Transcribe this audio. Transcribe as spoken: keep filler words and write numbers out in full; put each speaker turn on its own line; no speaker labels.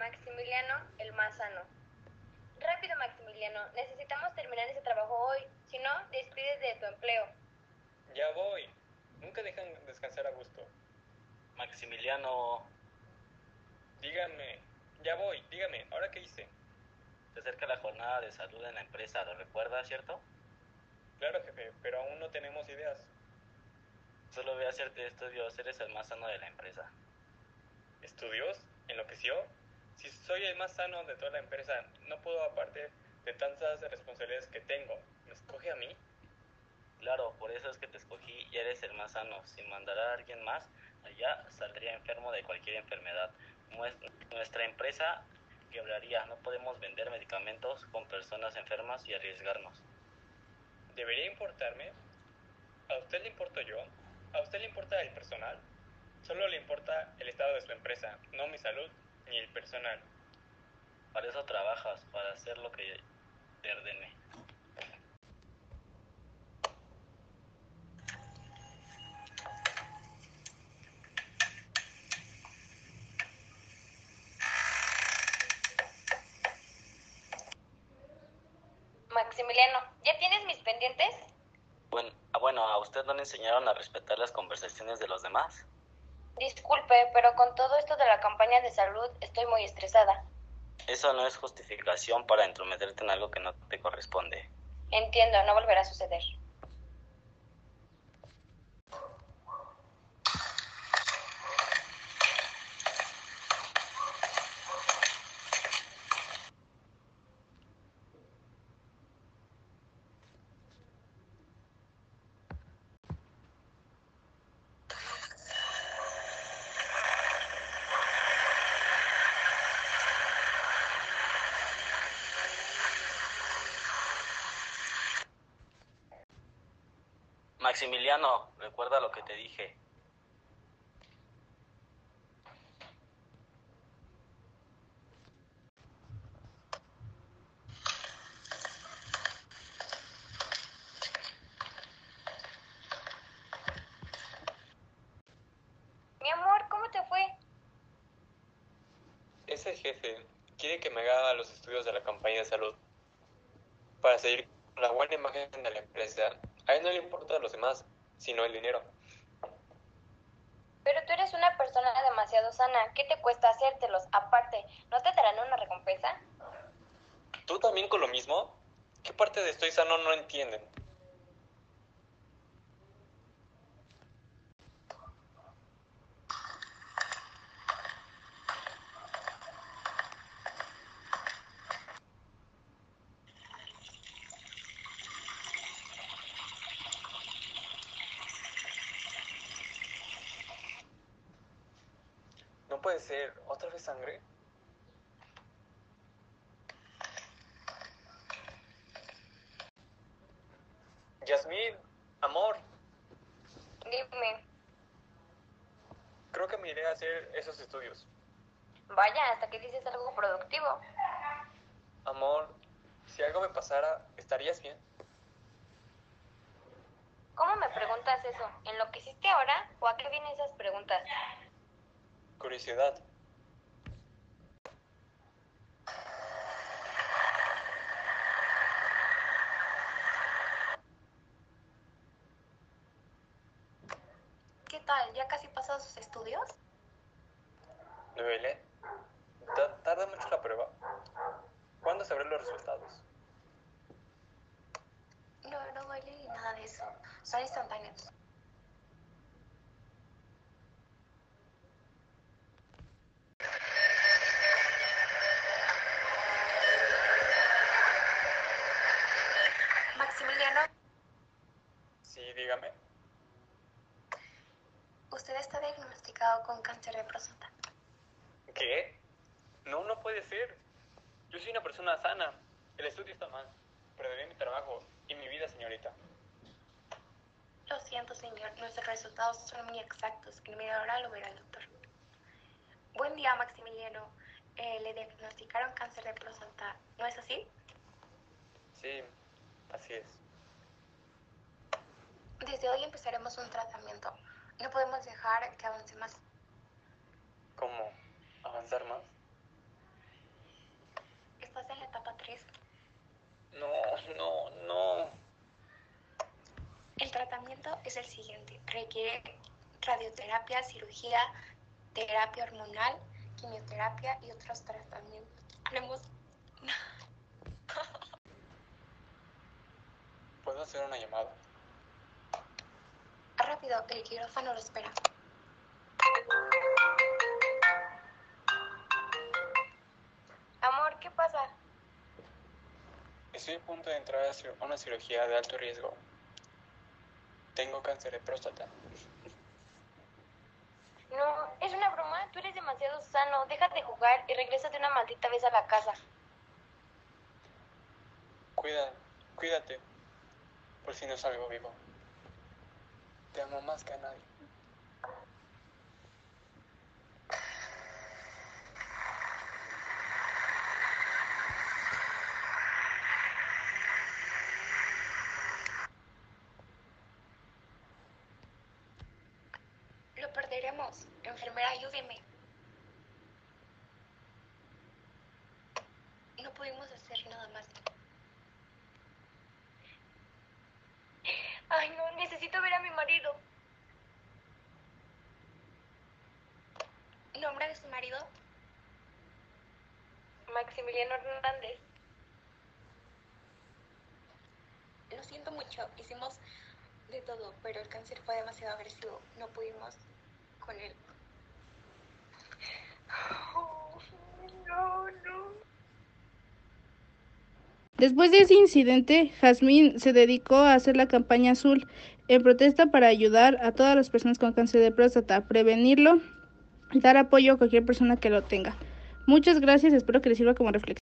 Maximiliano, el más sano. Rápido, Maximiliano, necesitamos terminar ese trabajo hoy, si no, despides de tu empleo.
Ya voy. Nunca dejan descansar a gusto.
Maximiliano,
Díganme. Ya voy, dígame, ¿ahora qué hice?
se acerca la jornada de salud en la empresa, ¿lo recuerdas, cierto?
Claro, jefe, pero aún no tenemos ideas.
Solo voy a hacerte estudios, eres el más sano de la empresa.
¿Estudios? ¿Enloqueció? Si soy el más sano de toda la empresa, no puedo, aparte de tantas responsabilidades que tengo. ¿Me escoge a mí?
Claro, por eso es que te escogí y eres el más sano. Si mandara a alguien más, allá saldría enfermo de cualquier enfermedad. Nuestra empresa quebraría, no podemos vender medicamentos con personas enfermas y arriesgarnos.
¿Debería importarme? ¿A usted le importo yo? ¿A usted le importa el personal? Solo le importa el estado de su empresa, no mi salud ni el personal.
Para eso trabajas, para hacer lo que te ordene.
Maximiliano, ¿ya tienes mis pendientes?
Bueno, ah, bueno, ¿a usted no le enseñaron a respetar las conversaciones de los demás?
Disculpe, pero con todo esto de la campaña de salud estoy muy estresada.
Eso no es justificación para entrometerte en algo que no te corresponde.
Entiendo, no volverá a suceder.
Maximiliano, recuerda lo que te dije.
Mi amor, ¿cómo te fue?
Ese jefe quiere que me haga los estudios de la campaña de salud para seguir con la buena imagen de la empresa. A él no le importa a los demás, sino el dinero.
Pero tú eres una persona demasiado sana. ¿Qué te cuesta hacértelos? Aparte, ¿no te darán una recompensa?
¿Tú también con lo mismo? ¿Qué parte de estoy sano no entienden? No puede ser. ¿Otra vez sangre? Yasmín, amor,
Dime.
creo que me iré a hacer esos estudios.
Vaya, hasta que dices algo productivo.
Amor, si algo me pasara, ¿estarías bien?
¿Cómo me preguntas eso? ¿Enloqueciste ahora? ¿O a qué vienen esas preguntas?
Curiosidad.
¿Qué tal? ¿Ya casi pasado sus estudios?
¿Duele? Ta- ¿Tarda mucho la prueba? ¿Cuándo sabré los resultados?
No, no duele ni nada de eso. Son instantáneos. Maximiliano,
Sí, dígame.
usted está diagnosticado con cáncer de próstata.
¿Qué? No, no puede ser. Yo soy una persona sana. El estudio está mal. Perderé mi trabajo y mi vida, señorita.
Lo siento, señor. Nuestros resultados son muy exactos. En media hora lo verá el doctor. Buen día, Maximiliano. Eh, le diagnosticaron cáncer de próstata. ¿No es así?
Sí, así es.
Desde hoy empezaremos un tratamiento. No podemos dejar que avance más.
¿Cómo? ¿Avanzar más? no, no.
El tratamiento es el siguiente. Requiere radioterapia, cirugía, terapia hormonal, quimioterapia y otros tratamientos. Haremos...
¿Puedo hacer una llamada?
Rápido, el quirófano lo espera. Amor, ¿qué pasa?
Estoy a punto de entrar a una cirugía de alto riesgo. Tengo cáncer de próstata.
No, es una broma. Tú eres demasiado sano. Deja de jugar y regrésate una maldita vez a la casa.
Cuida, cuídate, por si no salgo vivo. Te amo más que a nadie.
Lo perderemos. Enfermera, ayúdeme. No pudimos hacer nada más. Ay, no, necesito ver a mi marido. ¿Nombre de su marido? Maximiliano Hernández. Lo siento mucho, hicimos de todo, pero el cáncer fue demasiado agresivo. No pudimos con él. Oh, no, no.
Después de ese incidente, Jazmín se dedicó a hacer la campaña azul en protesta para ayudar a todas las personas con cáncer de próstata, prevenirlo y dar apoyo a cualquier persona que lo tenga. Muchas gracias, espero que les sirva como reflexión.